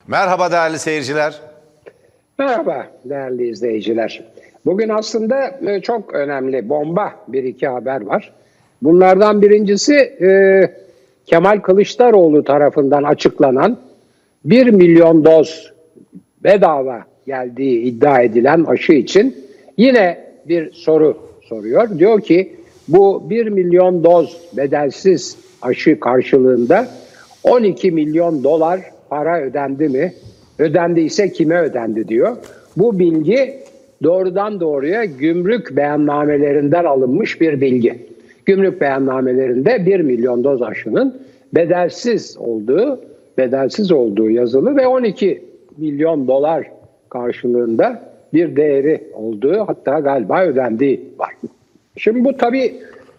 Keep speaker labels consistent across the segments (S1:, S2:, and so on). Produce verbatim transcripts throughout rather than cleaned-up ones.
S1: Merhaba değerli seyirciler.
S2: Merhaba değerli izleyiciler. Bugün aslında çok önemli bomba bir iki haber var. Bunlardan birincisi e, Kemal Kılıçdaroğlu tarafından açıklanan bir milyon doz bedava geldiği iddia edilen aşı için yine bir soru soruyor. Diyor ki bu bir milyon doz bedelsiz aşı karşılığında on iki milyon dolar para ödendi mi? Ödendiyse kime ödendi diyor. Bu bilgi doğrudan doğruya gümrük beyannamelerinden alınmış bir bilgi. Gümrük beyannamelerinde bir milyon doz aşının bedelsiz olduğu, bedelsiz olduğu yazılı ve on iki milyon dolar karşılığında bir değeri olduğu, hatta galiba ödendiği var. Şimdi bu tabii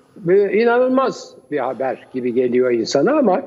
S2: inanılmaz bir haber gibi geliyor insana ama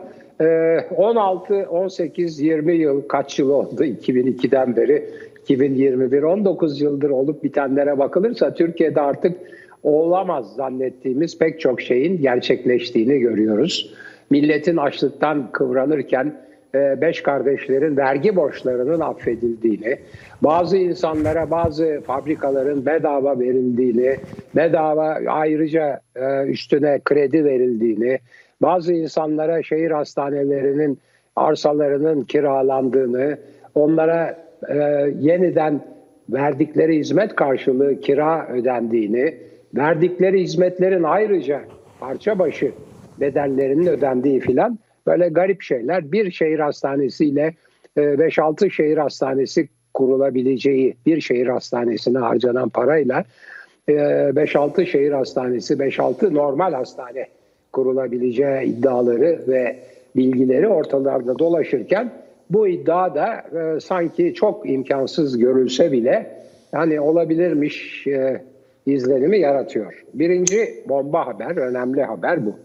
S2: on altı, on sekiz, yirmi yıl, kaç yıl oldu iki bin ikiden beri, iki bin yirmi bir, on dokuz yıldır olup bitenlere bakılırsa Türkiye'de artık olamaz zannettiğimiz pek çok şeyin gerçekleştiğini görüyoruz. Milletin açlıktan kıvranırken beş kardeşlerin vergi borçlarının affedildiğini, bazı insanlara bazı fabrikaların bedava verildiğini, bedava ayrıca üstüne kredi verildiğini, bazı insanlara şehir hastanelerinin arsalarının kiralandığını, onlara e, yeniden verdikleri hizmet karşılığı kira ödendiğini, verdikleri hizmetlerin ayrıca parça başı bedellerinin ödendiği filan böyle garip şeyler. Bir şehir hastanesiyle beş altı şehir hastanesi kurulabileceği, bir şehir hastanesine harcanan parayla beş altı şehir hastanesi, beş altı normal hastane kurulabileceği iddiaları ve bilgileri ortalarda dolaşırken bu iddia da e, sanki çok imkansız görülse bile yani olabilirmiş e, izlenimi yaratıyor. Birinci bomba haber, önemli haber bu.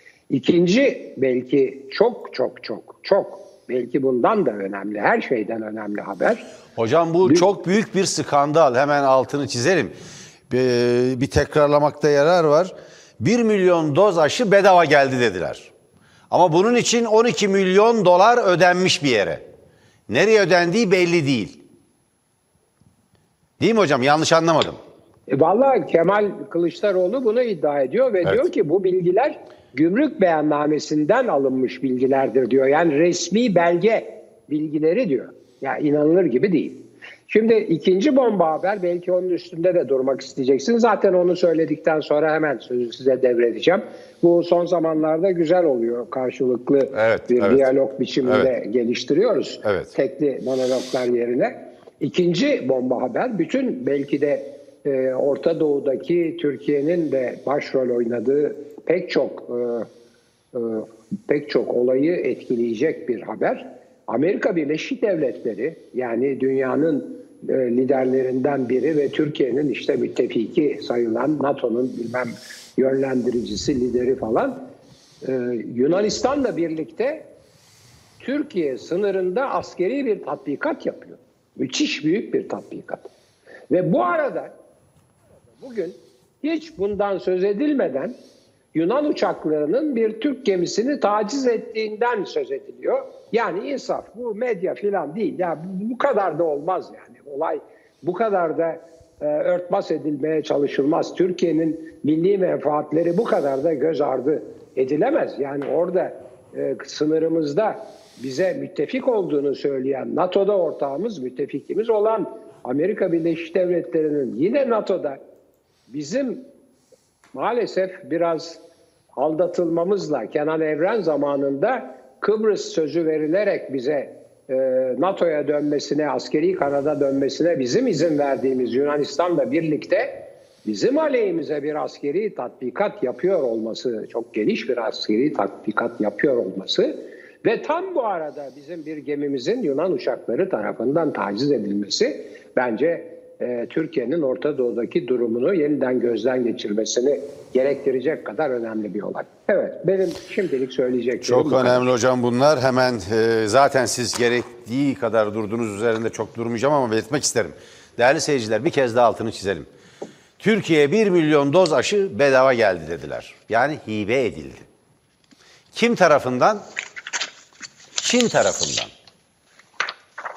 S2: İkinci belki çok çok çok çok belki bundan da önemli, her şeyden önemli haber.
S1: Hocam bu çok büyük bir skandal, hemen altını çizelim. Bir, bir tekrarlamakta yarar var. bir milyon doz aşı bedava geldi dediler. Ama bunun için on iki milyon dolar ödenmiş bir yere. Nereye ödendiği belli değil. Değil mi hocam? Yanlış anlamadım.
S2: E vallahi Kemal Kılıçdaroğlu bunu iddia ediyor ve evet, diyor ki bu bilgiler gümrük beyannamesinden alınmış bilgilerdir diyor. Yani resmi belge bilgileri diyor. Ya inanılır gibi değil. Şimdi ikinci bomba haber, belki onun üstünde de durmak isteyeceksin. Zaten onu söyledikten sonra hemen sözü size devredeceğim. Bu son zamanlarda güzel oluyor. Karşılıklı
S1: evet,
S2: bir
S1: evet.
S2: diyalog biçiminde evet. geliştiriyoruz.
S1: Evet.
S2: Tekli monologlar yerine. İkinci bomba haber, bütün belki de e, Orta Doğu'daki Türkiye'nin de başrol oynadığı pek çok e, e, pek çok olayı etkileyecek bir haber. Amerika Birleşik Devletleri, yani dünyanın e, liderlerinden biri ve Türkiye'nin işte müttefiki sayılan NATO'nun bilmem yönlendiricisi, lideri falan, e, Yunanistan'la birlikte Türkiye sınırında askeri bir tatbikat yapıyor. Müthiş büyük bir tatbikat. Ve bu arada bugün hiç bundan söz edilmeden Yunan uçaklarının bir Türk gemisini taciz ettiğinden söz ediliyor. Yani insaf, bu medya falan değil. Ya bu, bu kadar da olmaz yani. Olay bu kadar da e, örtbas edilmeye çalışılmaz. Türkiye'nin milli menfaatleri bu kadar da göz ardı edilemez. Yani orada e, sınırımızda bize müttefik olduğunu söyleyen, NATO'da ortağımız, müttefikimiz olan Amerika Birleşik Devletleri'nin yine NATO'da bizim maalesef biraz aldatılmamızla Kenan Evren zamanında Kıbrıs sözü verilerek bize e, NATO'ya dönmesine, askeri kanada dönmesine bizim izin verdiğimiz Yunanistan'la birlikte bizim aleyhimize bir askeri tatbikat yapıyor olması, çok geniş bir askeri tatbikat yapıyor olması ve tam bu arada bizim bir gemimizin Yunan uçakları tarafından taciz edilmesi bence e, Türkiye'nin Orta Doğu'daki durumunu yeniden gözden geçirmesini gerektirecek kadar önemli bir olay. Evet, benim şimdilik söyleyeceklerim
S1: çok
S2: bu
S1: önemli
S2: kadar.
S1: hocam bunlar. Hemen e, zaten siz gerektiği kadar durduğunuz üzerinde çok durmayacağım ama belirtmek isterim. Değerli seyirciler, bir kez daha altını çizelim. Türkiye'ye bir milyon doz aşı bedava geldi dediler. Yani hibe edildi. Kim tarafından? Çin tarafından.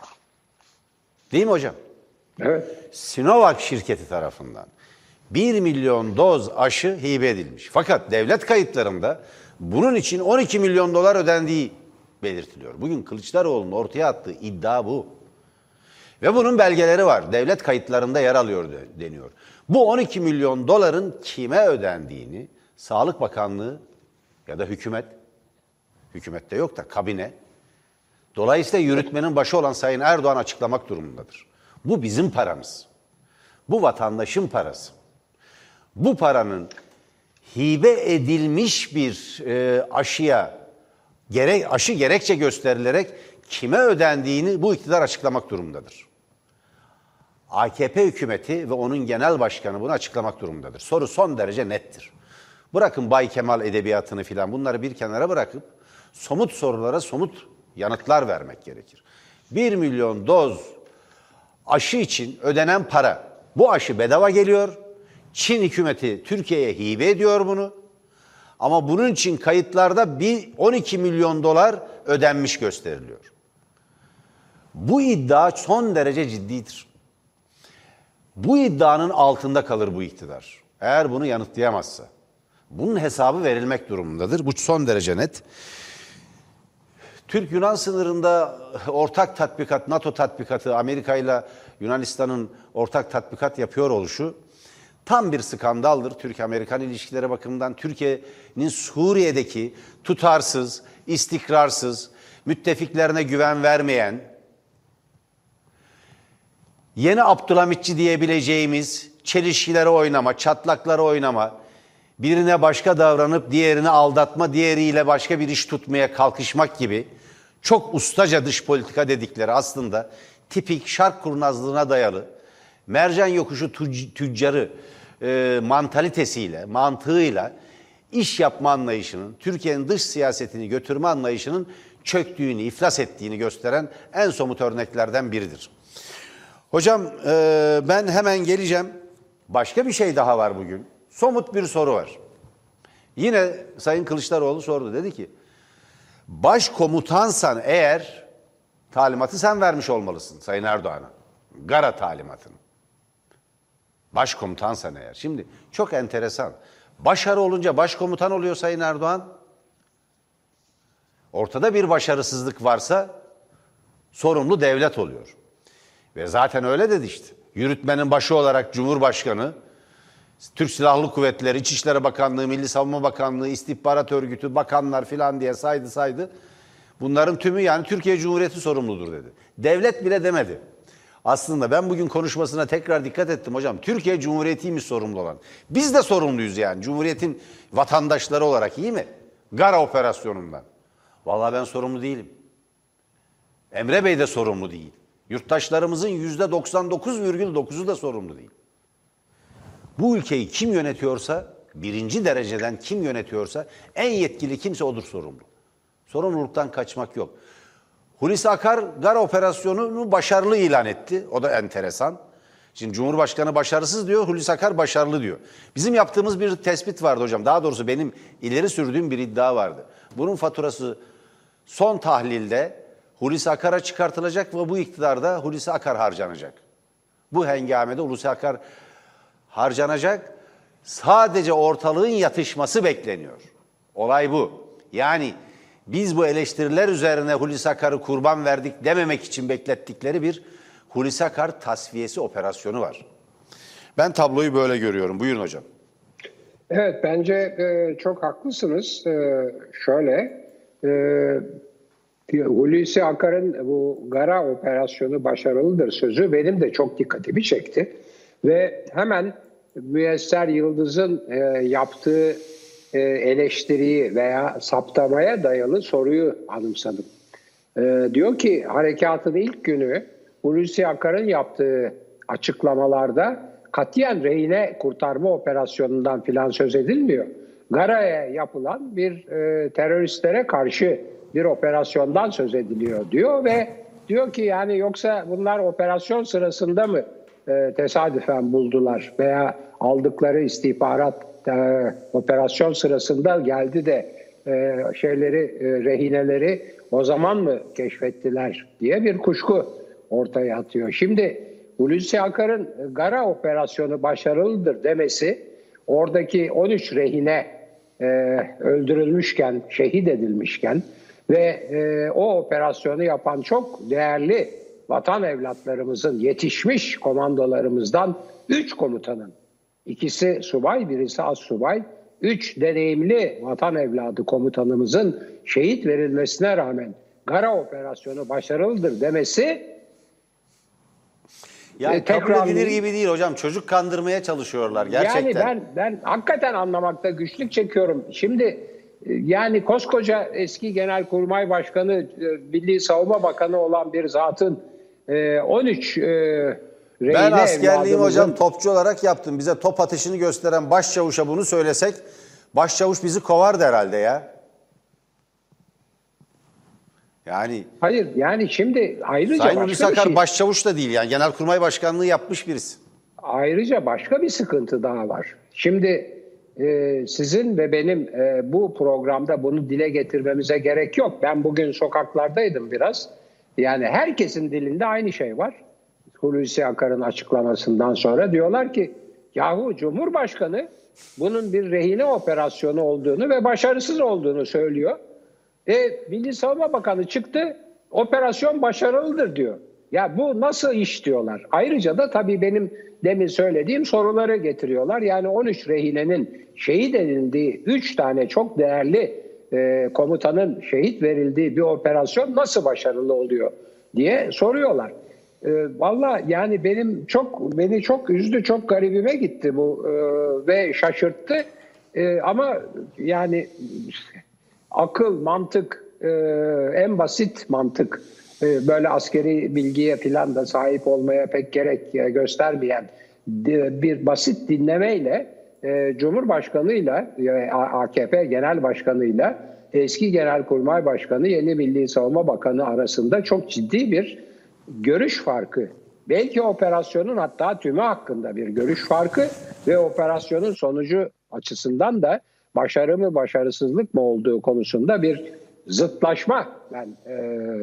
S1: Değil mi hocam?
S2: Evet.
S1: Sinovac şirketi tarafından bir milyon doz aşı hibe edilmiş. Fakat devlet kayıtlarında bunun için on iki milyon dolar ödendiği belirtiliyor. Bugün Kılıçdaroğlu'nun ortaya attığı iddia bu. Ve bunun belgeleri var. Devlet kayıtlarında yer alıyor deniyor. Bu on iki milyon doların kime ödendiğini Sağlık Bakanlığı ya da hükümet, hükümette yok da kabine, dolayısıyla yürütmenin başı olan Sayın Erdoğan açıklamak durumundadır. Bu bizim paramız. Bu vatandaşın parası. Bu paranın hibe edilmiş bir e, aşıya gerek, aşı gerekçe gösterilerek kime ödendiğini bu iktidar açıklamak durumundadır. A K P hükümeti ve onun genel başkanı bunu açıklamak durumundadır. Soru son derece nettir. Bırakın Bay Kemal edebiyatını filan, bunları bir kenara bırakıp somut sorulara somut yanıtlar vermek gerekir. Bir milyon doz aşı için ödenen para, bu aşı bedava geliyor. Çin hükümeti Türkiye'ye hibe ediyor bunu. Ama bunun için kayıtlarda bir on iki milyon dolar ödenmiş gösteriliyor. Bu iddia son derece ciddidir. Bu iddianın altında kalır bu iktidar. Eğer bunu yanıtlayamazsa. Bunun hesabı verilmek durumundadır. Bu son derece net. Türk-Yunan sınırında ortak tatbikat, NATO tatbikatı, Amerika ile Yunanistan'ın ortak tatbikat yapıyor oluşu tam bir skandaldır Türk-Amerikan ilişkileri bakımından. Türkiye'nin Suriye'deki tutarsız, istikrarsız, müttefiklerine güven vermeyen, yeni Abdülhamitçi diyebileceğimiz çelişkilere oynama, çatlaklara oynama, birine başka davranıp diğerini aldatma, diğeriyle başka bir iş tutmaya kalkışmak gibi çok ustaca dış politika dedikleri aslında tipik şark kurnazlığına dayalı mercan yokuşu tüccarı e, mantalitesiyle, mantığıyla iş yapma anlayışının, Türkiye'nin dış siyasetini götürme anlayışının çöktüğünü, iflas ettiğini gösteren en somut örneklerden biridir. Hocam e, ben hemen geleceğim. Başka bir şey daha var bugün. Somut bir soru var. Yine Sayın Kılıçdaroğlu sordu. Dedi ki, başkomutansan eğer talimatı sen vermiş olmalısın Sayın Erdoğan'a. Gara talimatını. Başkomutansan eğer. Şimdi çok enteresan. Başarı olunca başkomutan oluyor Sayın Erdoğan. Ortada bir başarısızlık varsa sorumlu devlet oluyor. Ve zaten öyle dedi işte. Yürütmenin başı olarak Cumhurbaşkanı, Türk Silahlı Kuvvetleri, İçişleri Bakanlığı, Milli Savunma Bakanlığı, İstihbarat Örgütü, bakanlar filan diye saydı saydı. Bunların tümü yani Türkiye Cumhuriyeti sorumludur dedi. Devlet bile demedi. Aslında ben bugün konuşmasına tekrar dikkat ettim hocam. Türkiye Cumhuriyeti'ymiş sorumlu olan. Biz de sorumluyuz yani Cumhuriyet'in vatandaşları olarak, iyi mi? Gara operasyonundan. Vallahi ben sorumlu değilim. Emre Bey de sorumlu değil. Yurttaşlarımızın yüzde doksan dokuz virgül dokuzu da sorumlu değil. Bu ülkeyi kim yönetiyorsa, birinci dereceden kim yönetiyorsa en yetkili kimse odur sorumlu. Sorumluluktan kaçmak yok. Hulusi Akar Gara operasyonunu başarılı ilan etti. O da enteresan. Şimdi Cumhurbaşkanı başarısız diyor, Hulusi Akar başarılı diyor. Bizim yaptığımız bir tespit vardı hocam. Daha doğrusu benim ileri sürdüğüm bir iddia vardı. Bunun faturası son tahlilde Hulusi Akar'a çıkartılacak ve bu iktidarda Hulusi Akar harcanacak. Bu hengamede Hulusi Akar harcanacak. Sadece ortalığın yatışması bekleniyor. Olay bu. Yani biz bu eleştiriler üzerine Hulusi Akar'ı kurban verdik dememek için beklettikleri bir Hulusi Akar tasfiyesi operasyonu var. Ben tabloyu böyle görüyorum. Buyurun hocam.
S2: Evet, bence e, çok haklısınız. E, şöyle, e, Hulusi Akar'ın bu Gara operasyonu başarılıdır sözü benim de çok dikkatimi çekti. Ve hemen Müyesser Yıldız'ın e, yaptığı e, eleştiriyi veya saptamaya dayalı soruyu anımsadım. E, diyor ki harekatın ilk günü Hulusi Akar'ın yaptığı açıklamalarda katiyen rehine kurtarma operasyonundan filan söz edilmiyor. Gara'ya yapılan bir e, teröristlere karşı bir operasyondan söz ediliyor diyor ve diyor ki yani yoksa bunlar operasyon sırasında mı e, tesadüfen buldular veya aldıkları istihbarat e, operasyon sırasında geldi de e, şeyleri e, rehineleri o zaman mı keşfettiler diye bir kuşku ortaya atıyor. Şimdi Hulusi Akar'ın Gara operasyonu başarılıdır demesi, oradaki on üç rehine e, öldürülmüşken, şehit edilmişken ve e, o operasyonu yapan çok değerli vatan evlatlarımızın, yetişmiş komandolarımızdan üç komutanın, ikisi subay, birisi astsubay, üç deneyimli vatan evladı komutanımızın şehit verilmesine rağmen Gara operasyonu başarılıdır demesi,
S1: yani
S2: e,
S1: kabul
S2: tekrar
S1: edilir gibi değil hocam. Çocuk kandırmaya çalışıyorlar gerçekten.
S2: yani ben ben hakikaten anlamakta güçlük çekiyorum. Şimdi e, yani koskoca eski Genelkurmay Başkanı, e, Milli Savunma Bakanı olan bir zatın e, on üç e, rehine
S1: Ben askerliğimi
S2: evladımızın-
S1: hocam topçu olarak yaptım. Bize top atışını gösteren başçavuşa bunu söylesek başçavuş bizi kovardı herhalde ya. Yani
S2: Hayır, yani şimdi ayrıca
S1: Sayın
S2: başka
S1: Hulusi
S2: bir
S1: Akar
S2: şey.
S1: başçavuş da değil yani Genelkurmay Başkanlığı yapmış birisi.
S2: Ayrıca başka bir sıkıntı daha var. Şimdi e, sizin ve benim e, bu programda bunu dile getirmemize gerek yok. Ben bugün sokaklardaydım biraz. Yani herkesin dilinde aynı şey var. Hulusi Akar'ın açıklamasından sonra diyorlar ki yahu Cumhurbaşkanı bunun bir rehine operasyonu olduğunu ve başarısız olduğunu söylüyor. E, Milli Savunma Bakanı çıktı, operasyon başarılıdır diyor. Ya bu nasıl iş diyorlar. Ayrıca da tabii benim demin söylediğim soruları getiriyorlar. Yani on üç rehinenin şehit edildiği, üç tane çok değerli e, komutanın şehit verildiği bir operasyon nasıl başarılı oluyor diye soruyorlar. E, Valla yani benim çok beni çok üzdü, çok garibime gitti bu e, ve şaşırttı. E, ama yani akıl, mantık, e, en basit mantık, e, böyle askeri bilgiye falan da sahip olmaya pek gerek e, göstermeyen de, bir basit dinlemeyle e, Cumhurbaşkanı'yla, e, A K P Genel Başkanı'yla eski Genelkurmay Başkanı, yeni Milli Savunma Bakanı arasında çok ciddi bir görüş farkı. Belki operasyonun hatta tümü hakkında bir görüş farkı ve operasyonun sonucu açısından da başarı mı başarısızlık mı olduğu konusunda bir zıtlaşma ben e,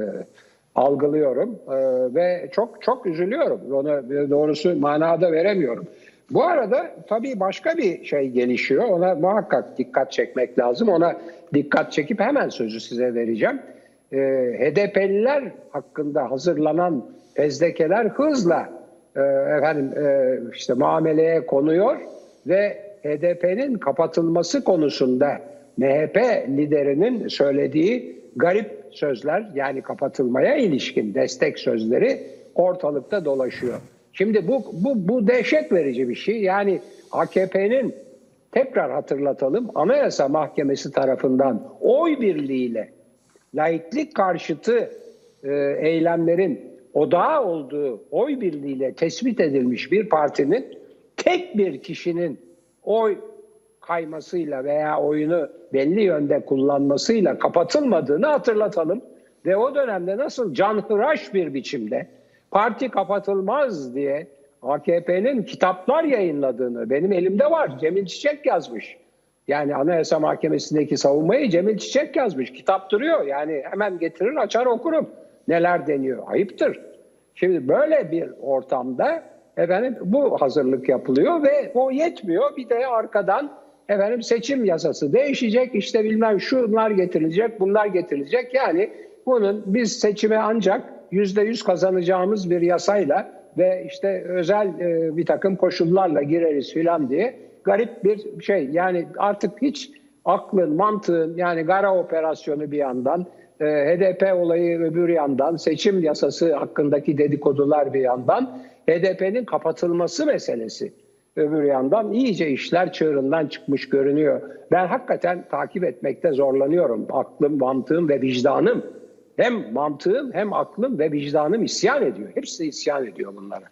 S2: algılıyorum e, ve çok çok üzülüyorum. Ona doğrusu manada veremiyorum. Bu arada tabii başka bir şey gelişiyor. Ona muhakkak dikkat çekmek lazım. Ona dikkat çekip hemen sözü size vereceğim. E, H D P'liler hakkında hazırlanan fezlekeler hızla e, efendim e, işte muameleye konuyor ve H D P'nin kapatılması konusunda M H P liderinin söylediği garip sözler, yani kapatılmaya ilişkin destek sözleri ortalıkta dolaşıyor. Şimdi bu bu bu dehşet verici bir şey. Yani A K P'nin, tekrar hatırlatalım, Anayasa Mahkemesi tarafından oy birliğiyle laiklik karşıtı e, eylemlerin odağı olduğu oy birliğiyle tespit edilmiş bir partinin tek bir kişinin oy kaymasıyla veya oyunu belli yönde kullanmasıyla kapatılmadığını hatırlatalım. Ve o dönemde nasıl canhıraş bir biçimde parti kapatılmaz diye A K P'nin kitaplar yayınladığını benim elimde var. Cemil Çiçek yazmış. Yani Anayasa Mahkemesi'ndeki savunmayı Cemil Çiçek yazmış. Kitap duruyor. Yani hemen getirir açar okurum. Neler deniyor. Ayıptır. Şimdi böyle bir ortamda efendim bu hazırlık yapılıyor ve o yetmiyor. Bir de arkadan efendim seçim yasası değişecek. İşte bilmem şunlar getirilecek, bunlar getirilecek. Yani bunun biz seçime ancak yüzde yüz kazanacağımız bir yasayla ve işte özel e, bir takım koşullarla gireriz filan diye garip bir şey. Yani artık hiç aklın, mantığın, yani Gara operasyonu bir yandan, e, H D P olayı öbür yandan, seçim yasası hakkındaki dedikodular bir yandan, H D P'nin kapatılması meselesi öbür yandan iyice işler çığırından çıkmış görünüyor. Ben hakikaten takip etmekte zorlanıyorum. Aklım, mantığım ve vicdanım, hem mantığım hem aklım ve vicdanım isyan ediyor. Hepsi isyan ediyor bunlara.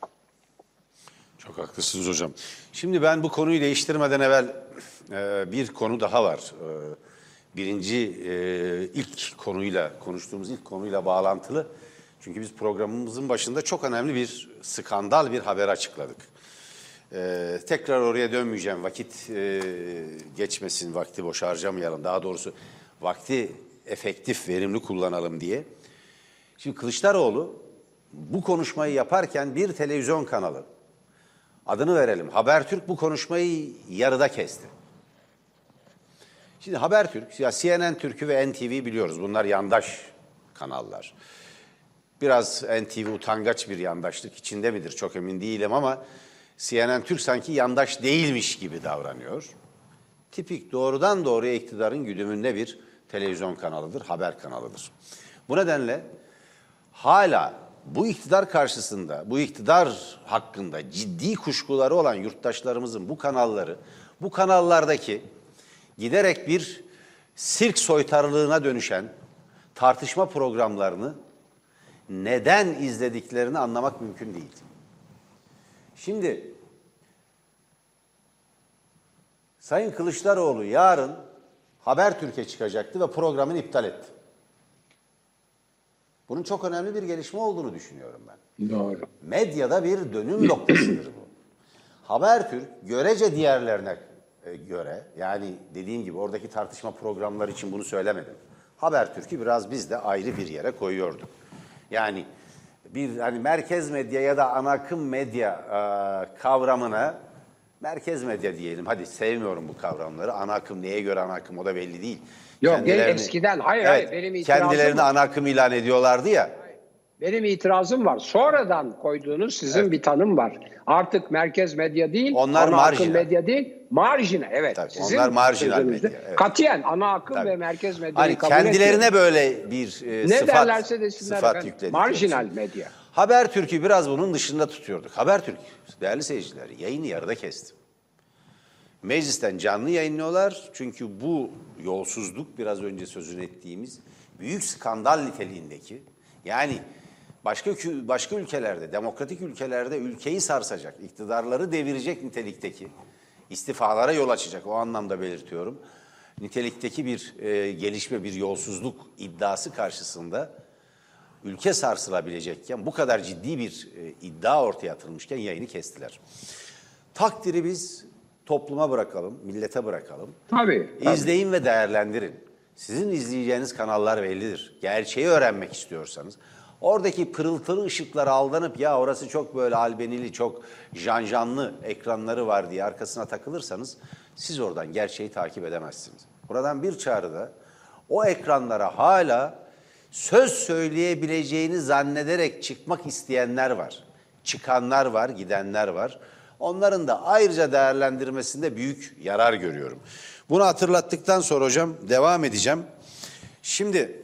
S1: Çok haklısınız hocam. Şimdi ben bu konuyu değiştirmeden evvel e, bir konu daha var. E, birinci e, ilk konuyla, konuştuğumuz ilk konuyla bağlantılı. Çünkü biz programımızın başında çok önemli bir skandal bir haber açıkladık. E, tekrar oraya dönmeyeceğim. Vakit e, geçmesin, vakti boş harcamayalım. Daha doğrusu vakti efektif, verimli kullanalım diye. Şimdi Kılıçdaroğlu bu konuşmayı yaparken bir televizyon kanalı, adını verelim, Habertürk, bu konuşmayı yarıda kesti. Şimdi Habertürk, ya C N N Türk'ü ve N T V biliyoruz. Bunlar yandaş kanallar. Biraz N T V utangaç bir yandaşlık içinde midir çok emin değilim ama C N N Türk sanki yandaş değilmiş gibi davranıyor. Tipik doğrudan doğruya iktidarın güdümünde bir televizyon kanalıdır, haber kanalıdır. Bu nedenle hala bu iktidar karşısında, bu iktidar hakkında ciddi kuşkuları olan yurttaşlarımızın bu kanalları, bu kanallardaki giderek bir sirk soytarılığına dönüşen tartışma programlarını neden izlediklerini anlamak mümkün değil. Şimdi Sayın Kılıçdaroğlu yarın Habertürk'e çıkacaktı ve programını iptal etti. Bunun çok önemli bir gelişme olduğunu düşünüyorum ben.
S2: Doğru.
S1: Medyada bir dönüm noktasıdır bu. Habertürk görece diğerlerine göre, yani dediğim gibi oradaki tartışma programları için bunu söylemedim. Habertürk'ü biraz biz de ayrı bir yere koyuyorduk. Yani bir hani merkez medya ya da ana akım medya e, kavramına merkez medya diyelim. Hadi sevmiyorum bu kavramları. Ana akım neye göre ana akım o da belli değil.
S2: Yok
S1: Kendilerini,
S2: eskiden hayır
S1: evet,
S2: hayır benim itirazım
S1: kendilerini
S2: var.
S1: ana akım ilan ediyorlardı ya.
S2: Benim itirazım var. Sonradan koyduğunuz sizin evet. bir tanım var. Artık merkez medya değil,
S1: onlar
S2: ana
S1: marjinal.
S2: akım medya değil, marjinal. Evet.
S1: Tabii,
S2: sizin
S1: onlar marjinal
S2: sözünüzde.
S1: medya. Evet.
S2: Katiyen ana akım
S1: Tabii.
S2: ve merkez medyayı
S1: hani
S2: kabul
S1: kendilerine
S2: etmiyor.
S1: böyle bir e,
S2: ne
S1: sıfat,
S2: derlerse desinler
S1: sıfat
S2: efendim.
S1: yükledikleri
S2: Marjinal
S1: için.
S2: medya.
S1: Habertürk'ü biraz bunun dışında tutuyorduk. Habertürk, değerli seyirciler, yayını yarıda kesti. Meclisten canlı yayınlıyorlar. Çünkü bu yolsuzluk, biraz önce sözünü ettiğimiz büyük skandal niteliğindeki, yani başka başka ülkelerde, demokratik ülkelerde ülkeyi sarsacak, iktidarları devirecek nitelikteki, istifalara yol açacak, o anlamda belirtiyorum, nitelikteki bir e, gelişme, bir yolsuzluk iddiası karşısında ülke sarsılabilecekken, bu kadar ciddi bir e, iddia ortaya atılmışken yayını kestiler. Takdiri biz topluma bırakalım, millete bırakalım.
S2: Tabii, tabii.
S1: İzleyin ve değerlendirin. Sizin izleyeceğiniz kanallar bellidir. Gerçeği öğrenmek istiyorsanız, oradaki pırıltılı ışıklara aldanıp ya orası çok böyle albenili, çok janjanlı ekranları var diye arkasına takılırsanız siz oradan gerçeği takip edemezsiniz. Buradan bir çağrı da o ekranlara hala söz söyleyebileceğini zannederek çıkmak isteyenler var. Çıkanlar var, gidenler var. Onların da ayrıca değerlendirmesinde büyük yarar görüyorum. Bunu hatırlattıktan sonra hocam devam edeceğim. Şimdi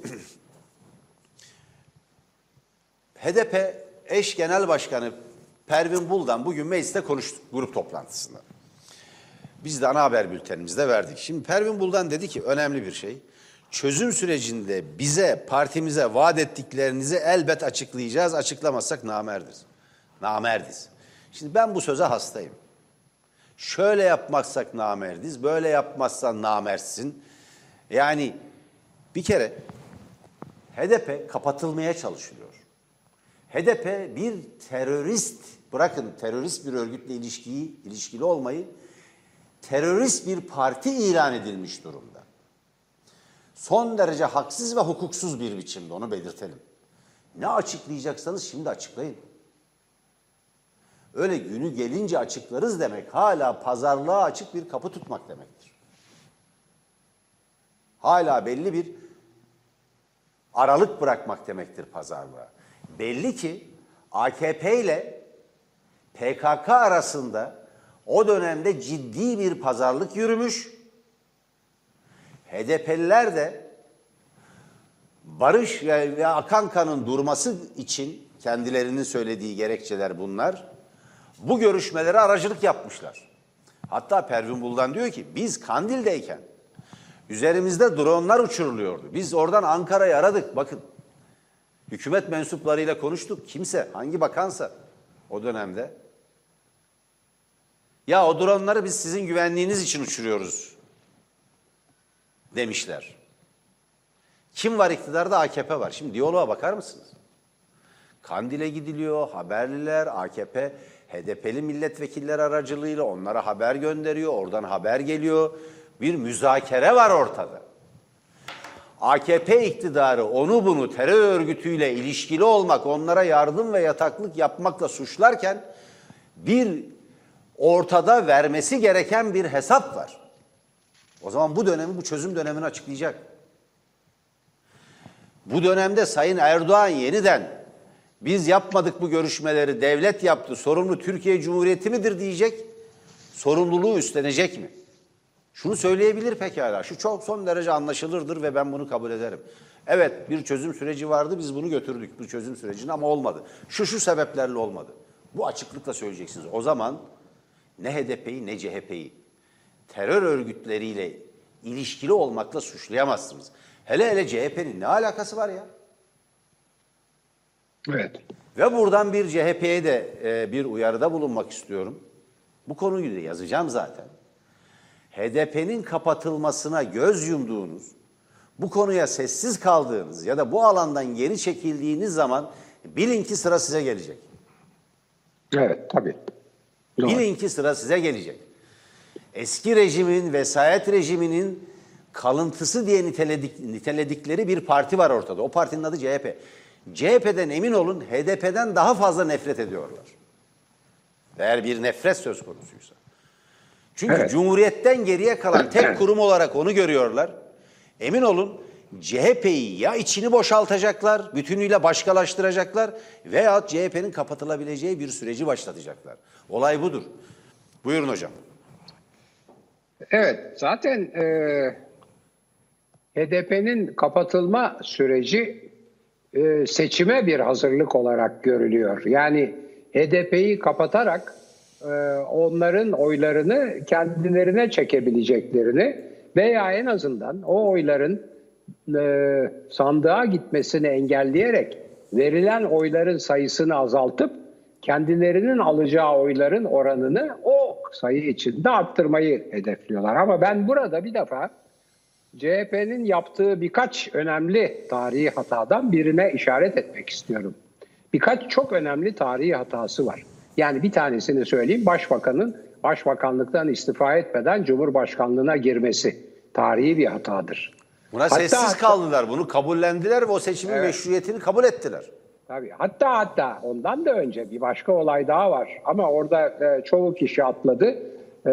S1: H D P eş genel başkanı Pervin Buldan bugün mecliste konuştuk grup toplantısında. Biz de ana haber bültenimizde verdik. Şimdi Pervin Buldan dedi ki önemli bir şey. Çözüm sürecinde bize, partimize vaat ettiklerinizi elbet açıklayacağız. Açıklamazsak namerdiz. Namerdiz. Şimdi ben bu söze hastayım. Şöyle yapmazsak namerdiz, böyle yapmazsan namersin. Yani bir kere H D P kapatılmaya çalışılıyor. H D P bir terörist, bırakın terörist bir örgütle ilişkiyi, ilişkili olmayı, terörist bir parti ilan edilmiş durumda. Son derece haksız ve hukuksuz bir biçimde, onu belirtelim. Ne açıklayacaksanız şimdi açıklayın. Öyle günü gelince açıklarız demek hala pazarlığa açık bir kapı tutmak demektir. Hala belli bir aralık bırakmak demektir pazarlığa. Belli ki A K P ile P K K arasında o dönemde ciddi bir pazarlık yürümüş. H D P'liler de barış ve akan kanın durması için kendilerinin söylediği gerekçeler bunlar. Bu görüşmelere aracılık yapmışlar. Hatta Pervin Buldan diyor ki biz Kandil'deyken üzerimizde dronlar uçuruluyordu. Biz oradan Ankara'yı aradık. Bakın hükümet mensuplarıyla konuştuk. Kimse, hangi bakansa o dönemde. Ya o dronları biz sizin güvenliğiniz için uçuruyoruz demişler. Kim var iktidarda? A K P var. Şimdi diyaloğa bakar mısınız? Kandil'e gidiliyor, haberliler, A K P, H D P'li milletvekiller aracılığıyla onlara haber gönderiyor, oradan haber geliyor. Bir müzakere var ortada. A K P iktidarı onu bunu terör örgütüyle ilişkili olmak, onlara yardım ve yataklık yapmakla suçlarken bir ortada vermesi gereken bir hesap var. O zaman bu dönemi, bu çözüm dönemini açıklayacak. Bu dönemde Sayın Erdoğan yeniden biz yapmadık bu görüşmeleri, devlet yaptı, sorumlu Türkiye Cumhuriyeti midir diyecek, sorumluluğu üstlenecek mi? Şunu söyleyebilir pekala, şu çok son derece anlaşılırdır ve ben bunu kabul ederim. Evet, bir çözüm süreci vardı, biz bunu götürdük, bu çözüm sürecini, ama olmadı. Şu şu sebeplerle olmadı. Bu açıklıkla söyleyeceksiniz. O zaman ne H D P'yi ne C H P'yi terör örgütleriyle ilişkili olmakla suçlayamazsınız. Hele hele C H P'nin ne alakası var ya?
S2: Evet.
S1: Ve buradan bir C H P'ye de e, bir uyarıda bulunmak istiyorum. Bu konuyu da yazacağım zaten. H D P'nin kapatılmasına göz yumduğunuz, bu konuya sessiz kaldığınız ya da bu alandan geri çekildiğiniz zaman bilin ki sıra size gelecek.
S2: Evet, tabii. Doğru.
S1: Bilin ki sıra size gelecek. Eski rejimin, vesayet rejiminin kalıntısı diye niteledik, niteledikleri bir parti var ortada. O partinin adı C H P. C H P'den emin olun H D P'den daha fazla nefret ediyorlar. Eğer bir nefret söz konusuysa. Çünkü
S2: Evet.
S1: Cumhuriyet'ten geriye kalan tek kurum olarak onu görüyorlar. Emin olun C H P'yi ya içini boşaltacaklar, bütünüyle başkalaştıracaklar veya C H P'nin kapatılabileceği bir süreci başlatacaklar. Olay budur. Buyurun hocam.
S2: Evet, zaten e, H D P'nin kapatılma süreci e, seçime bir hazırlık olarak görülüyor. Yani H D P'yi kapatarak e, onların oylarını kendilerine çekebileceklerini veya en azından o oyların e, sandığa gitmesini engelleyerek verilen oyların sayısını azaltıp kendilerinin alacağı oyların oranını o sayı içinde arttırmayı hedefliyorlar. Ama ben burada bir defa C H P'nin yaptığı birkaç önemli tarihi hatadan birine işaret etmek istiyorum. Birkaç çok önemli tarihi hatası var. Yani bir tanesini söyleyeyim. Başbakanın başbakanlıktan istifa etmeden Cumhurbaşkanlığına girmesi tarihi bir hatadır.
S1: Buna
S2: Hatta-
S1: sessiz kaldılar. Bunu kabullendiler ve o seçimin
S2: Evet.
S1: meşruiyetini kabul ettiler.
S2: Tabii. Hatta hatta ondan da önce bir başka olay daha var. Ama orada e, çoğu kişi atladı. E,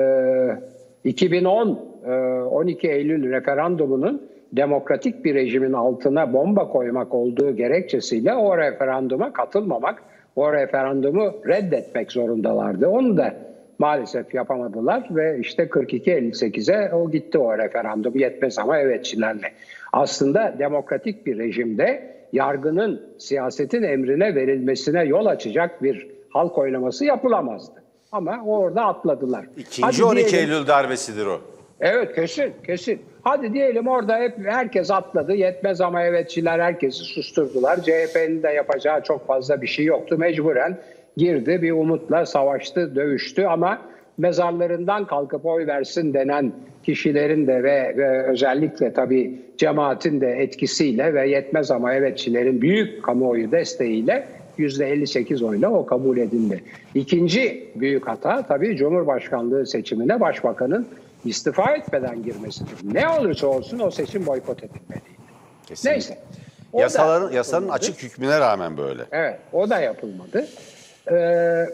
S2: iki bin on e, on iki Eylül referandumunun demokratik bir rejimin altına bomba koymak olduğu gerekçesiyle o referanduma katılmamak, o referandumu reddetmek zorundalardı. Onu da maalesef yapamadılar ve işte kırk iki elli sekize o gitti o referandum, yetmez ama evetçilerle. Aslında demokratik bir rejimde yargının siyasetin emrine verilmesine yol açacak bir halk oylaması yapılamazdı. Ama orada atladılar.
S1: İkinci
S2: Hadi
S1: on iki
S2: diyelim-
S1: Eylül darbesidir o.
S2: Evet, kesin kesin. Hadi diyelim orada hep herkes atladı. Yetmez ama evetçiler herkesi susturdular. C H P'nin de yapacağı çok fazla bir şey yoktu. Mecburen girdi, bir umutla savaştı, dövüştü ama mezarlarından kalkıp oy versin denen kişilerin de ve, ve özellikle tabii cemaatin de etkisiyle ve yetmez ama evetçilerin büyük kamuoyu desteğiyle yüzde elli sekiz oyla o kabul edildi. İkinci büyük hata tabii Cumhurbaşkanlığı seçimine başbakanın istifa etmeden girmesidir. Ne olursa olsun o seçim boykot edilmeliydi.
S1: Kesinlikle.
S2: Neyse. O da
S1: Yasaların, yasanın
S2: yapılmadı.
S1: açık hükmüne rağmen böyle.
S2: Evet, o da yapılmadı. Ee,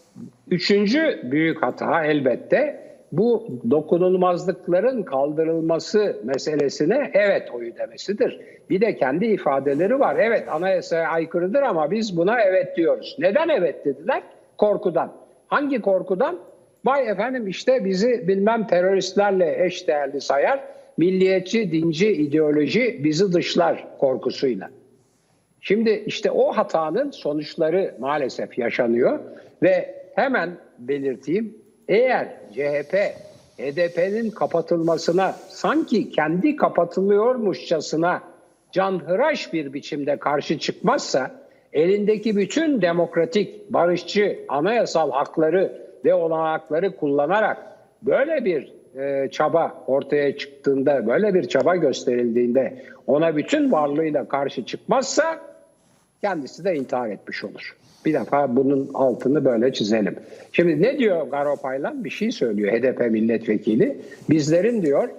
S2: üçüncü büyük hata elbette bu dokunulmazlıkların kaldırılması meselesine evet oyu demesidir. Bir de kendi ifadeleri var. Evet, anayasaya aykırıdır ama biz buna evet diyoruz. Neden evet dediler? Korkudan. Hangi korkudan? Vay efendim işte bizi bilmem teröristlerle eşdeğerli sayar, milliyetçi, dinci ideoloji bizi dışlar korkusuyla. Şimdi işte o hatanın sonuçları maalesef yaşanıyor ve hemen belirteyim, eğer C H P H D P'nin kapatılmasına sanki kendi kapatılıyormuşçasına canhıraş bir biçimde karşı çıkmazsa, elindeki bütün demokratik, barışçı, anayasal hakları ve olanakları kullanarak böyle bir e, çaba ortaya çıktığında, böyle bir çaba gösterildiğinde ona bütün varlığıyla karşı çıkmazsa kendisi de intihar etmiş olur. Bir defa bunun altını böyle çizelim. Şimdi ne diyor Garo Paylan? Bir şey söylüyor H D P milletvekili. Bizlerin diyor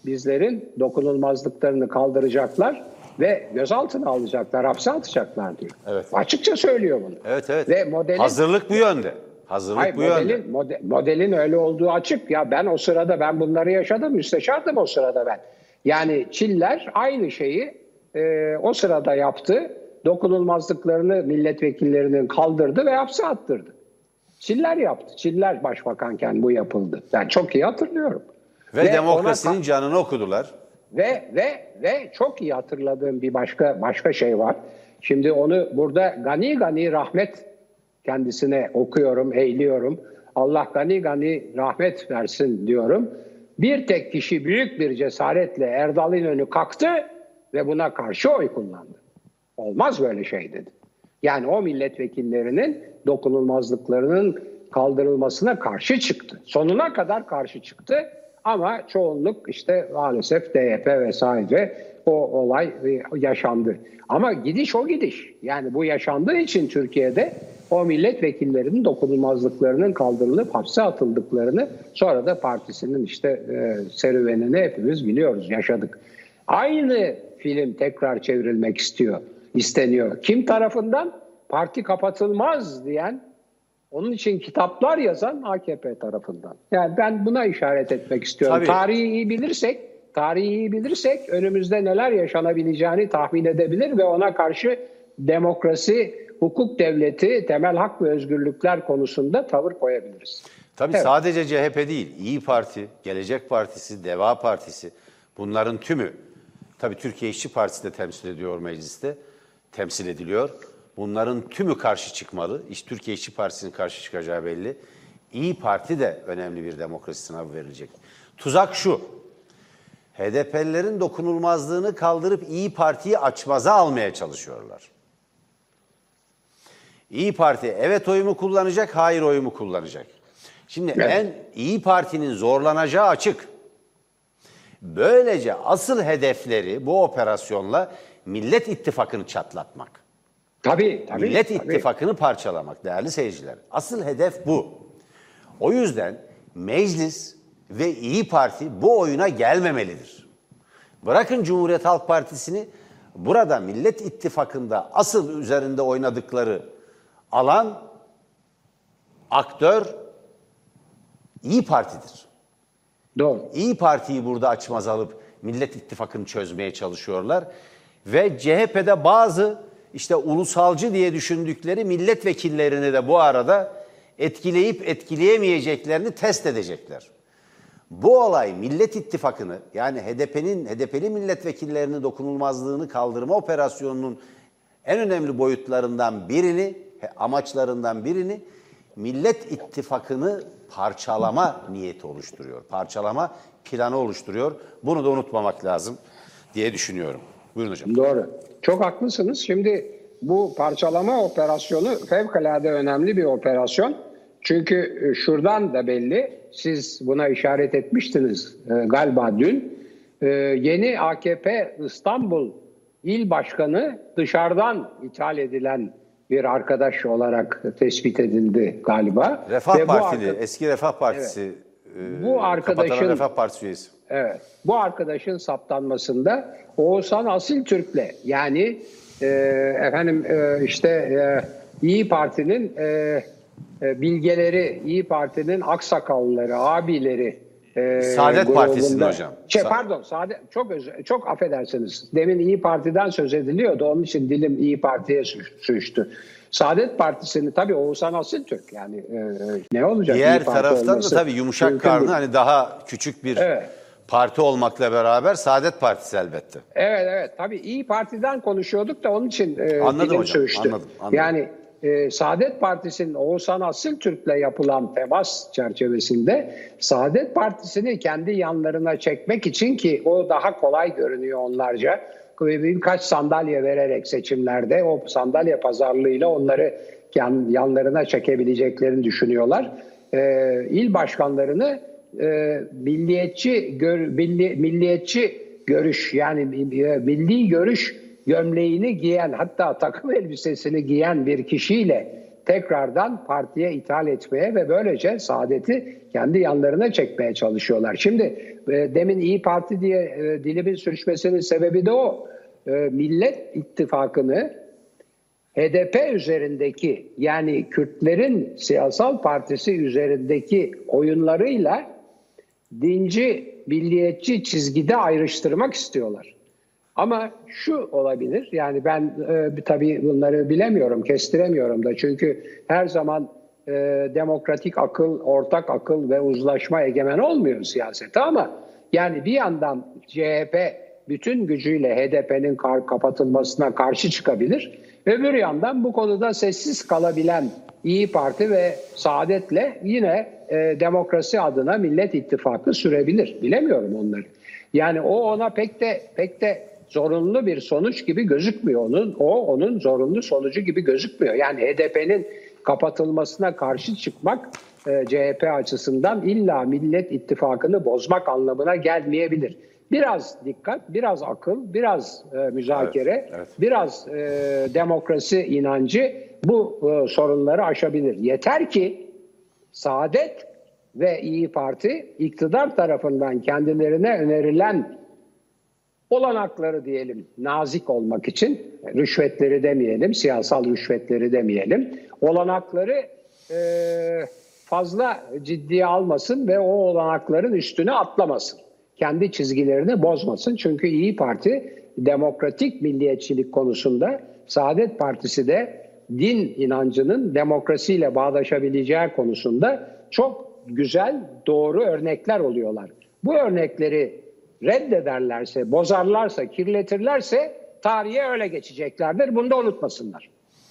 S2: bizlerin dokunulmazlıklarını kaldıracaklar ve gözaltına alacaklar, hapse atacaklar diyor.
S1: Evet.
S2: Açıkça söylüyor bunu.
S1: Evet evet.
S2: Ve modelin,
S1: Hazırlık bu yönde. Hazırlık
S2: hayır,
S1: bu yönde.
S2: modelin, mode, modelin öyle olduğu açık. Ya ben o sırada ben bunları yaşadım, müsteşardım o sırada ben. Yani Çiller aynı şeyi e, o sırada yaptı. Dokunulmazlıklarını milletvekillerinin kaldırdı ve hapse attırdı. Çiller yaptı. Çiller başbakanken bu yapıldı. Ben çok iyi hatırlıyorum.
S1: Ve,
S2: Ve
S1: demokrasinin
S2: ona-
S1: canını okudular.
S2: Ve ve ve çok iyi hatırladığım bir başka başka şey var. Şimdi onu burada gani gani rahmet kendisine okuyorum, eğiliyorum. Allah gani gani rahmet versin diyorum. Bir tek kişi büyük bir cesaretle Erdal İnönü kalktı ve buna karşı oy kullandı. Olmaz böyle şey dedi. Yani o milletvekillerinin dokunulmazlıklarının kaldırılmasına karşı çıktı. Sonuna kadar karşı çıktı. Ama çoğunluk işte maalesef D Y P vesaire o olay yaşandı. Ama gidiş o gidiş. Yani bu yaşandığı için Türkiye'de o milletvekillerinin dokunulmazlıklarının kaldırılıp hapse atıldıklarını, sonra da partisinin işte e, serüvenini hepimiz biliyoruz, yaşadık. Aynı film tekrar çevrilmek istiyor, isteniyor. Kim tarafından? Parti kapatılmaz diyen, onun için kitaplar yazan A K P tarafından. Yani ben buna işaret etmek istiyorum.
S1: Tabii.
S2: Tarihi iyi bilirsek, tarihi iyi bilirsek önümüzde neler yaşanabileceğini tahmin edebilir ve ona karşı demokrasi, hukuk devleti, temel hak ve özgürlükler konusunda tavır koyabiliriz.
S1: Tabii
S2: Evet.
S1: sadece C H P değil, İyi Parti, Gelecek Partisi, Deva Partisi, bunların tümü, tabii Türkiye İşçi Partisi de temsil ediyor mecliste, temsil ediliyor. Bunların tümü karşı çıkmalı. İşte Türkiye İşçi Partisi'nin karşı çıkacağı belli. İyi Parti de önemli bir demokrasi sınavı verilecek. Tuzak şu, H D P'lilerin dokunulmazlığını kaldırıp İyi Parti'yi açmaza almaya çalışıyorlar. İyi Parti evet oyumu kullanacak, hayır oyumu kullanacak. Şimdi
S2: Evet.
S1: en İyi Parti'nin zorlanacağı açık. Böylece asıl hedefleri bu operasyonla Millet İttifakı'nı çatlatmak.
S2: Tabii, tabii.
S1: Millet
S2: tabii.
S1: İttifakı'nı parçalamak değerli seyirciler. Asıl hedef bu. O yüzden meclis ve İyi Parti bu oyuna gelmemelidir. Bırakın Cumhuriyet Halk Partisi'ni, burada Millet İttifakı'nda asıl üzerinde oynadıkları alan, aktör İyi Parti'dir.
S2: Doğru.
S1: İyi Parti'yi burada açmaz alıp Millet İttifakı'nı çözmeye çalışıyorlar. Ve C H P'de bazı işte ulusalcı diye düşündükleri milletvekillerini de bu arada etkileyip etkileyemeyeceklerini test edecekler. Bu olay Millet İttifakı'nı, yani H D P'nin H D P'li milletvekillerinin dokunulmazlığını kaldırma operasyonunun en önemli boyutlarından birini, amaçlarından birini Millet İttifakı'nı parçalama niyeti oluşturuyor. Parçalama planı oluşturuyor. Bunu da unutmamak lazım diye düşünüyorum. Buyurun hocam.
S2: Doğru. Çok haklısınız. Şimdi bu parçalama operasyonu fevkalade önemli bir operasyon. Çünkü şuradan da belli, siz buna işaret etmiştiniz e, galiba dün. E, yeni A K P İstanbul İl Başkanı dışarıdan ithal edilen bir arkadaş olarak tespit edildi galiba.
S1: Refah
S2: Ve bu
S1: Partili,
S2: arka-
S1: eski Refah Partisi,
S2: Bu
S1: e,
S2: arkadaşın-
S1: kapatanan Refah Partisi üyesi.
S2: Evet. Bu arkadaşın saptanmasında Oğuzhan Asiltürk'le, yani e, efendim e, işte e, İyi Parti'nin e, e, bilgeleri, İyi Parti'nin aksakallıları, abileri e,
S1: Saadet
S2: grubunda-
S1: Partisi'nde hocam.
S2: Şey,
S1: Sa-
S2: pardon, Saadet, çok özür, çok affedersiniz. Demin İyi Parti'den söz ediliyordu. Onun için dilim İyi Parti'ye sü- sürçtü. Saadet Partisi'ni tabii Oğuzhan Asiltürk, yani e, ne olacak?
S1: Diğer
S2: İYİ Parti
S1: taraftan da
S2: olması
S1: tabii yumuşak
S2: mümkün
S1: karnı,
S2: değil.
S1: hani daha küçük bir
S2: Evet.
S1: parti olmakla beraber Saadet Partisi elbette.
S2: Evet evet, tabii İyi Parti'den konuşuyorduk da onun için e,
S1: Anladım
S2: dilim
S1: hocam,
S2: sürçtü.
S1: anladım, anladım.
S2: Yani e, Saadet Partisi'nin Oğuzhan Asiltürk'le yapılan temas çerçevesinde Saadet Partisi'ni kendi yanlarına çekmek için, ki o daha kolay görünüyor onlarca, birkaç sandalye vererek seçimlerde o sandalye pazarlığıyla onları yan, yanlarına çekebileceklerini düşünüyorlar. E, il başkanlarını e, milliyetçi gör, milli, milliyetçi görüş, yani milli görüş gömleğini giyen, hatta takım elbisesini giyen bir kişiyle tekrardan partiye ithal etmeye ve böylece Saadet'i kendi yanlarına çekmeye çalışıyorlar. Şimdi e, demin İyi Parti diye e, dilimin sürçmesinin sebebi de o. E, Millet İttifakı'nı H D P üzerindeki, yani Kürtlerin siyasal partisi üzerindeki oyunlarıyla dinci, milliyetçi çizgide ayrıştırmak istiyorlar. Ama şu olabilir, yani ben e, tabii bunları bilemiyorum, kestiremiyorum da, çünkü her zaman e, demokratik akıl, ortak akıl ve uzlaşma egemen olmuyor siyasete, ama yani bir yandan C H P bütün gücüyle H D P'nin kapatılmasına karşı çıkabilir. Öbür yandan bu konuda sessiz kalabilen İyi Parti ve Saadet'le yine e, demokrasi adına Millet İttifakı sürebilir. Bilemiyorum onları. Yani o ona pek de pek de zorunlu bir sonuç gibi gözükmüyor. Onun o onun zorunlu sonucu gibi gözükmüyor. Yani H D P'nin kapatılmasına karşı çıkmak e, C H P açısından illa Millet İttifakı'nı bozmak anlamına gelmeyebilir. Biraz dikkat, biraz akıl, biraz e, müzakere,
S1: Evet, evet.
S2: biraz e, demokrasi inancı bu e, sorunları aşabilir. Yeter ki Saadet ve İyi Parti iktidar tarafından kendilerine önerilen olanakları diyelim, nazik olmak için, rüşvetleri demeyelim, siyasal rüşvetleri demeyelim, olanakları e, fazla ciddiye almasın ve o olanakların üstüne atlamasın. Kendi çizgilerini bozmasın. Çünkü İyi Parti demokratik milliyetçilik konusunda, Saadet Partisi de din inancının demokrasiyle bağdaşabileceği konusunda çok güzel, doğru örnekler oluyorlar. Bu örnekleri reddederlerse, bozarlarsa, kirletirlerse tarihe öyle geçeceklerdir. Bunu da unutmasınlar.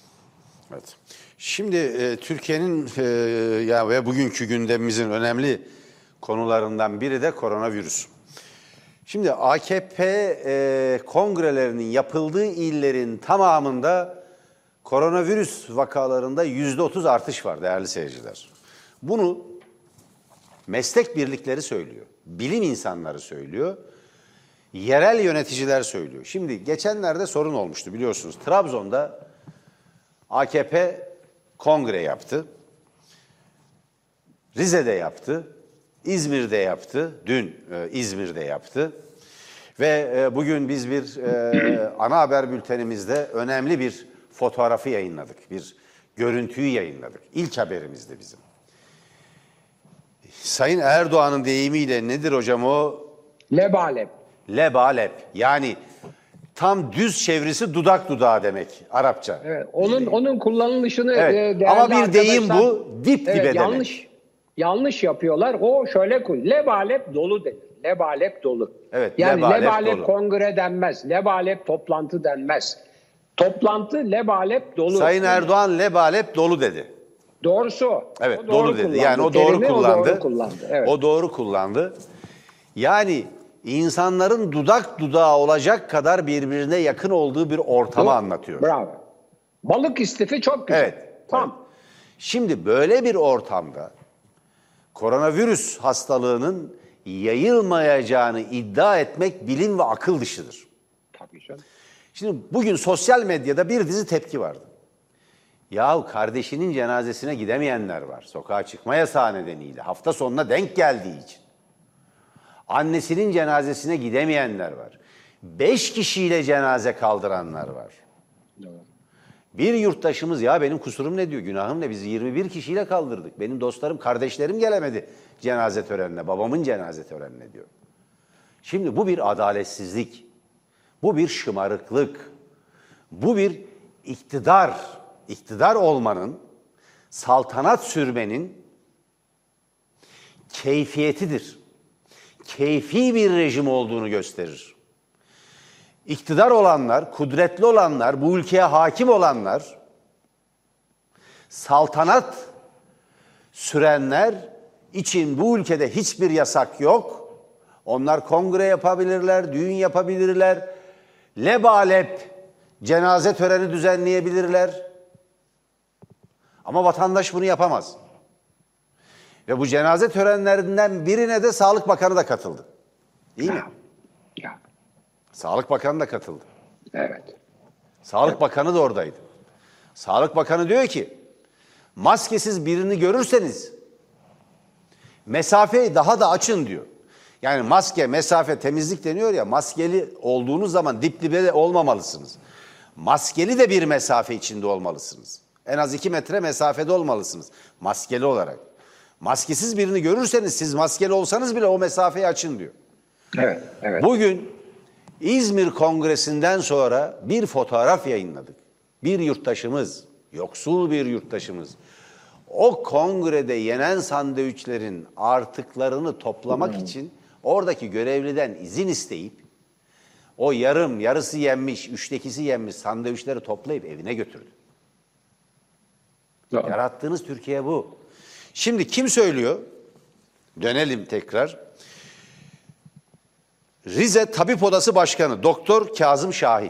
S1: Evet. Şimdi e, Türkiye'nin e, ya ve bugünkü gündemimizin önemli konularından biri de koronavirüs. Şimdi A K P e, kongrelerinin yapıldığı illerin tamamında koronavirüs vakalarında yüzde otuz artış var değerli seyirciler. Bunu meslek birlikleri söylüyor, bilim insanları söylüyor, yerel yöneticiler söylüyor. Şimdi geçenlerde sorun olmuştu biliyorsunuz. Trabzon'da A K P kongre yaptı, Rize'de yaptı, İzmir'de yaptı, dün e, İzmir'de yaptı ve e, bugün biz bir e, ana haber bültenimizde önemli bir fotoğrafı yayınladık, bir görüntüyü yayınladık. İlk haberimizdi bizim. Sayın Erdoğan'ın deyimiyle nedir hocam o?
S2: Lebalep.
S1: Lebalep, yani tam düz çevresi dudak dudağı demek Arapça.
S2: Evet, onun onun kullanılışını
S1: Evet,
S2: e,
S1: ama bir
S2: değerli
S1: deyim
S2: arkadaşlar,
S1: bu, dip dibe
S2: evet,
S1: demek.
S2: yanlış yanlış yapıyorlar. O şöyle kul. Lebalep dolu denir. Lebalep dolu.
S1: Evet,
S2: yani
S1: lebalep
S2: lebalep
S1: dolu.
S2: kongre denmez. Lebalep toplantı denmez. Toplantı lebalep dolu.
S1: Sayın Erdoğan lebalep dolu dedi.
S2: Doğrusu o.
S1: Evet,
S2: O
S1: dolu dedi.
S2: kullandı.
S1: Yani o doğru
S2: Terimi
S1: kullandı.
S2: O doğru kullandı. Evet.
S1: O doğru kullandı. Yani insanların dudak dudağa olacak kadar birbirine yakın olduğu bir ortamı
S2: Doğru.
S1: anlatıyor.
S2: Bravo. Balık istifi çok güzel.
S1: Evet.
S2: Tam.
S1: Evet. Şimdi böyle bir ortamda koronavirüs hastalığının yayılmayacağını iddia etmek bilim ve akıl dışıdır.
S2: Tabii canım.
S1: Şimdi bugün sosyal medyada bir dizi tepki vardı. Yahu kardeşinin cenazesine gidemeyenler var. Sokağa çıkma yasağı nedeniyle. Hafta sonuna denk geldiği için. Annesinin cenazesine gidemeyenler var. Beş kişiyle cenaze kaldıranlar var.
S2: Doğru.
S1: Bir yurttaşımız ya benim kusurum ne diyor, günahım ne? Biz yirmi bir kişiyle kaldırdık. Benim dostlarım, kardeşlerim gelemedi cenaze törenine, babamın cenaze törenine diyor. Şimdi bu bir adaletsizlik, bu bir şımarıklık, bu bir iktidar, iktidar olmanın, saltanat sürmenin keyfiyetidir. Keyfi bir rejim olduğunu gösterir. İktidar olanlar, kudretli olanlar, bu ülkeye hakim olanlar, saltanat sürenler için bu ülkede hiçbir yasak yok. Onlar kongre yapabilirler, düğün yapabilirler, lebalep cenaze töreni düzenleyebilirler. Ama vatandaş bunu yapamaz. Ve bu cenaze törenlerinden birine de Sağlık Bakanı da katıldı. Değil mi?
S2: Ya.
S1: Sağlık Bakanı da katıldı.
S2: Evet.
S1: Sağlık Bakanı da oradaydı. Sağlık Bakanı diyor ki, Maskesiz birini görürseniz mesafeyi daha da açın diyor. Yani maske, mesafe, temizlik deniyor ya, maskeli olduğunuz zaman dip dibe de olmamalısınız. Maskeli de bir mesafe içinde olmalısınız. En az iki metre mesafede olmalısınız maskeli olarak. Maskesiz birini görürseniz siz maskeli olsanız bile o mesafeyi açın diyor.
S2: Evet, evet.
S1: Bugün İzmir Kongresi'nden sonra bir fotoğraf yayınladık. Bir yurttaşımız, yoksul bir yurttaşımız, o kongrede yenen sandviçlerin artıklarını toplamak için oradaki görevliden izin isteyip o yarım, yarısı yenmiş, üçtekisi yenmiş sandviçleri toplayıp evine götürdü.
S2: Doğru.
S1: Yarattığınız Türkiye bu. Şimdi kim söylüyor? Dönelim tekrar. Rize Tabip Odası Başkanı Doktor Kazım Şahin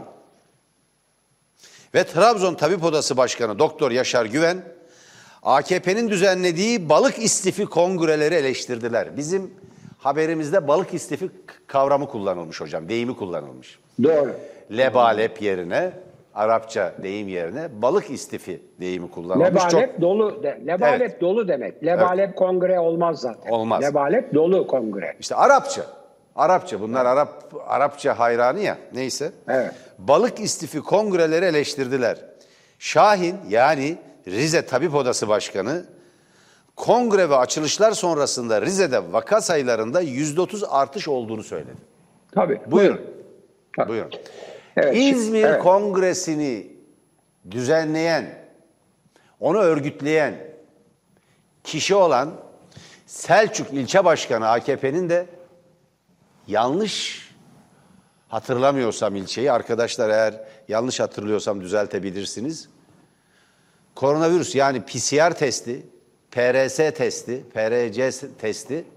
S1: ve Trabzon Tabip Odası Başkanı Doktor Yaşar Güven, A K P'nin düzenlediği balık istifi kongreleri eleştirdiler. Bizim haberimizde balık istifi kavramı kullanılmış hocam, deyimi kullanılmış.
S2: Doğru.
S1: Lebalep yerine, Arapça deyim yerine balık istifi deyimi kullanılmış.
S2: Lebalep
S1: Çok...
S2: dolu, de, lebalep
S1: Evet.
S2: dolu demek. Lebalep evet. Kongre olmaz zaten.
S1: Olmaz.
S2: Lebalep dolu kongre.
S1: İşte Arapça. Arapça. Bunlar Arap Arapça hayranı ya. Neyse.
S2: Evet.
S1: Balık istifi kongreleri eleştirdiler. Şahin, yani Rize Tabip Odası Başkanı, kongre ve açılışlar sonrasında Rize'de vaka sayılarında yüzde otuz artış olduğunu söyledi.
S2: Tabii.
S1: Buyurun.
S2: Tabii.
S1: Buyurun.
S2: Evet,
S1: İzmir
S2: evet.
S1: Kongresi'ni düzenleyen, onu örgütleyen kişi olan Selçuk İlçe Başkanı A K P'nin de, yanlış hatırlamıyorsam ilçeyi, arkadaşlar eğer yanlış hatırlıyorsam düzeltebilirsiniz. Koronavirüs, yani P C R testi, P R S testi, P R C testi,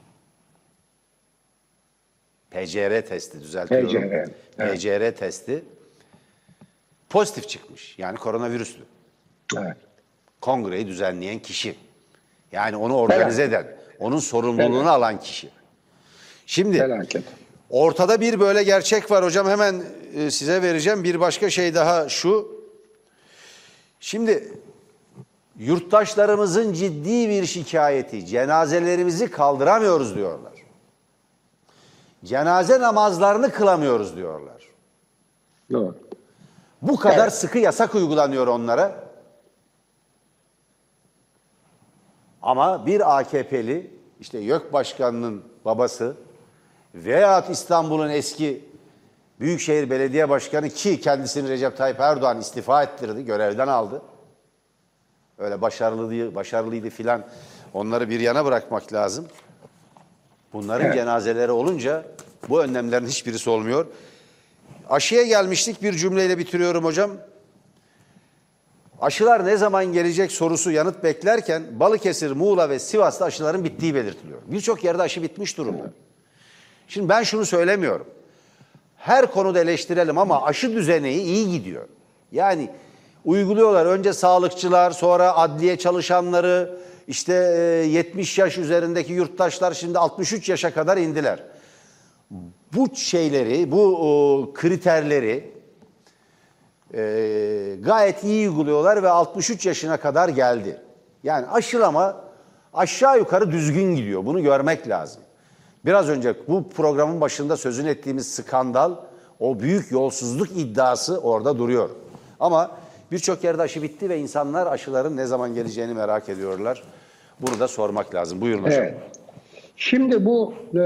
S1: P C R testi düzeltiyorum.
S2: P C R, evet.
S1: P C R testi pozitif çıkmış. Yani koronavirüslü.
S2: Evet.
S1: Kongreyi düzenleyen kişi. Yani onu organize
S2: Evet.
S1: eden, onun sorumluluğunu
S2: Evet.
S1: alan kişi. Şimdi
S2: Felaket.
S1: ortada bir böyle gerçek var hocam, hemen e, size vereceğim. Bir başka şey daha şu. Şimdi yurttaşlarımızın ciddi bir şikayeti, cenazelerimizi kaldıramıyoruz diyorlar. Cenaze namazlarını kılamıyoruz diyorlar.
S2: Doğru.
S1: Bu kadar
S2: Evet.
S1: sıkı yasak uygulanıyor onlara. Ama bir A K P'li, işte YÖK Başkanı'nın babası veyahut İstanbul'un eski Büyükşehir Belediye Başkanı, ki kendisini Recep Tayyip Erdoğan istifa ettirdi, görevden aldı. Öyle başarılıydı, başarılıydı filan, onları bir yana bırakmak lazım. Bunların
S2: Evet.
S1: cenazeleri olunca bu önlemlerin hiçbirisi olmuyor. Aşıya gelmiştik, bir cümleyle bitiriyorum hocam. Aşılar ne zaman gelecek sorusu yanıt beklerken Balıkesir, Muğla ve Sivas'ta aşıların bittiği belirtiliyor. Birçok yerde aşı bitmiş durumda. Şimdi ben şunu söylemiyorum. Her konuda eleştirelim ama aşı düzeneği iyi gidiyor. Yani uyguluyorlar. Önce sağlıkçılar, sonra adliye çalışanları, işte yetmiş yaş üzerindeki yurttaşlar şimdi altmış üç yaşa kadar indiler. Bu şeyleri, bu kriterleri e, gayet iyi uyguluyorlar ve altmış üç yaşına kadar geldi. Yani aşılama aşağı yukarı düzgün gidiyor. Bunu görmek lazım. Biraz önce bu programın başında sözünü ettiğimiz skandal, o büyük yolsuzluk iddiası orada duruyor. Ama birçok yerde aşı bitti ve insanlar aşıların ne zaman geleceğini merak ediyorlar. Bunu da sormak lazım. Buyurun hocam.
S2: Evet. Şimdi bu e,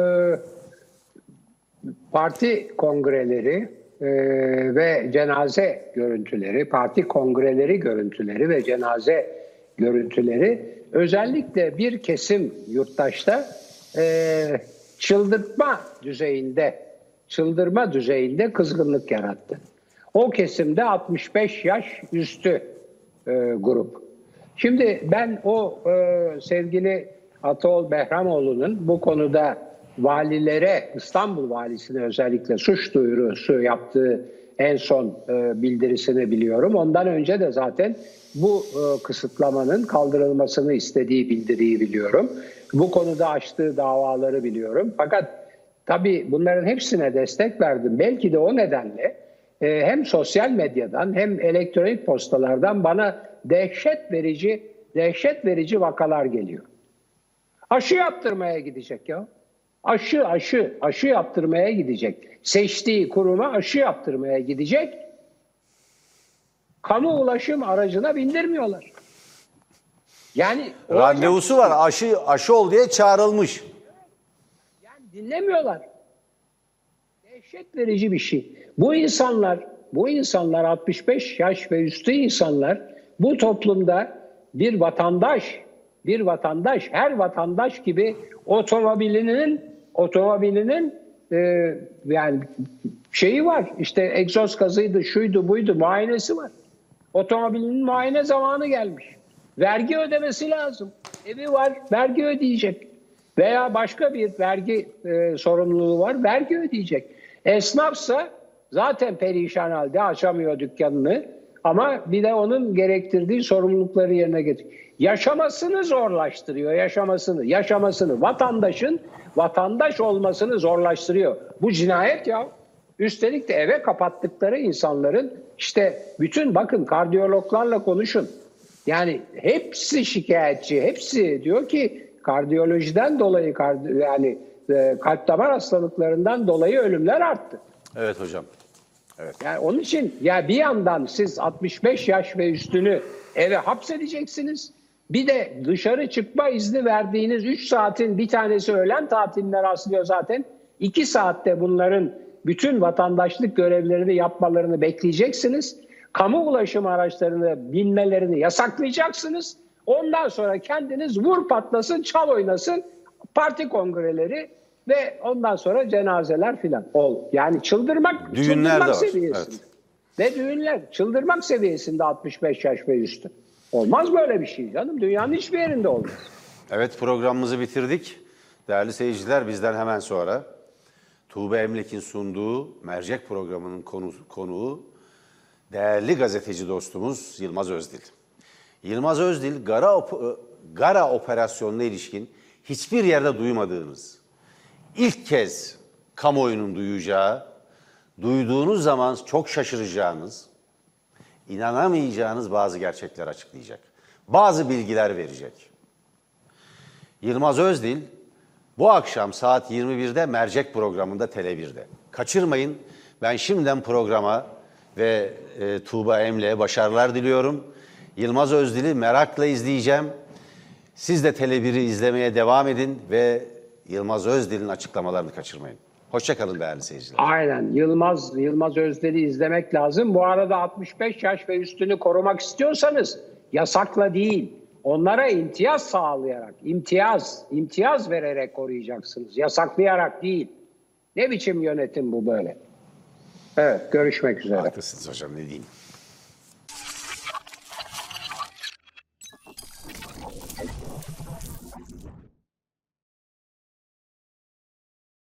S2: parti kongreleri e, ve cenaze görüntüleri, parti kongreleri görüntüleri ve cenaze görüntüleri özellikle bir kesim yurttaşta e, çıldırtma düzeyinde, çıldırma düzeyinde kızgınlık yarattı. O kesimde altmış beş yaş üstü e, grup. Şimdi ben o e, sevgili Ataol Behramoğlu'nun bu konuda valilere, İstanbul valisine özellikle suç duyurusu yaptığı en son e, bildirisini biliyorum. Ondan önce de zaten bu e, kısıtlamanın kaldırılmasını istediği bildiriyi biliyorum. Bu konuda açtığı davaları biliyorum. Fakat tabii bunların hepsine destek verdim. Belki de o nedenle e, hem sosyal medyadan hem elektronik postalardan bana dehşet verici dehşet verici vakalar geliyor. Aşı yaptırmaya gidecek ya. Aşı, aşı, aşı yaptırmaya gidecek. Seçtiği kuruma aşı yaptırmaya gidecek. Kamu ulaşım aracına bindirmiyorlar. Yani
S1: Randevusu var. Aşı aşı ol diye çağrılmış.
S2: Yani dinlemiyorlar. Dehşet verici bir şey. Bu insanlar, bu insanlar altmış beş yaş ve üstü insanlar bu toplumda bir vatandaş, bir vatandaş, her vatandaş gibi otomobilinin otomobilinin e, yani şeyi var. İşte egzoz gazıydı, şuydu, buydu, muayenesi var. Otomobilinin muayene zamanı gelmiş. Vergi ödemesi lazım. Evi var, vergi ödeyecek. Veya başka bir vergi e, sorumluluğu var, vergi ödeyecek. Esnafsa zaten perişan halde, açamıyor dükkanını ama bir de onun gerektirdiği sorumlulukları yerine getiriyor. Yaşamasını zorlaştırıyor, yaşamasını, yaşamasını, vatandaşın vatandaş olmasını zorlaştırıyor. Bu cinayet ya. Üstelik de eve kapattıkları insanların işte bütün bakın kardiyologlarla konuşun. Yani hepsi şikayetçi, hepsi diyor ki kardiyolojiden dolayı yani e, kalp damar hastalıklarından dolayı ölümler arttı.
S1: Evet hocam. Evet.
S2: Yani onun için ya bir yandan siz altmış beş yaş ve üstünü eve hapsedeceksiniz. Bir de dışarı çıkma izni verdiğiniz üç saatin bir tanesi öğlen tatiline rastlıyor zaten. iki saatte bunların bütün vatandaşlık görevlerini yapmalarını bekleyeceksiniz. Kamu ulaşım araçlarını binmelerini yasaklayacaksınız. Ondan sonra kendiniz vur patlasın, çal oynasın parti kongreleri ve ondan sonra cenazeler filan. Ol. Yani çıldırmak,
S1: Düğünler
S2: çıldırmak
S1: de var.
S2: seviyesinde.
S1: Evet.
S2: Ve düğünler çıldırmak seviyesinde altmış beş yaş ve üstü. Olmaz böyle bir şey canım. Dünyanın hiçbir yerinde olmaz.
S1: Evet, programımızı bitirdik. Değerli seyirciler, bizden hemen sonra Tuğba Emlek'in sunduğu Mercek programının konu, konuğu değerli gazeteci dostumuz Yılmaz Özdil. Yılmaz Özdil, Gara, op Gara operasyonuna ilişkin hiçbir yerde duymadığınız, ilk kez kamuoyunun duyacağı, duyduğunuz zaman çok şaşıracağınız, inanamayacağınız bazı gerçekler açıklayacak. Bazı bilgiler verecek. Yılmaz Özdil bu akşam saat yirmi birde Mercek programında Tele bir'de. Kaçırmayın. Ben şimdiden programa ve e, Tuğba Emle'ye başarılar diliyorum. Yılmaz Özdil'i merakla izleyeceğim. Siz de Tele bir'i izlemeye devam edin ve Yılmaz Özdil'in açıklamalarını kaçırmayın. Hoşça kalın değerli seyirciler.
S2: Aynen. Yılmaz Yılmaz Özdil'i izlemek lazım. Bu arada altmış beş yaş ve üstünü korumak istiyorsanız yasakla değil, onlara imtiyaz sağlayarak, imtiyaz, imtiyaz vererek koruyacaksınız. Yasaklayarak değil. Ne biçim yönetim bu böyle? Evet, görüşmek üzere.
S1: Haklısınız hocam, ne diyeyim.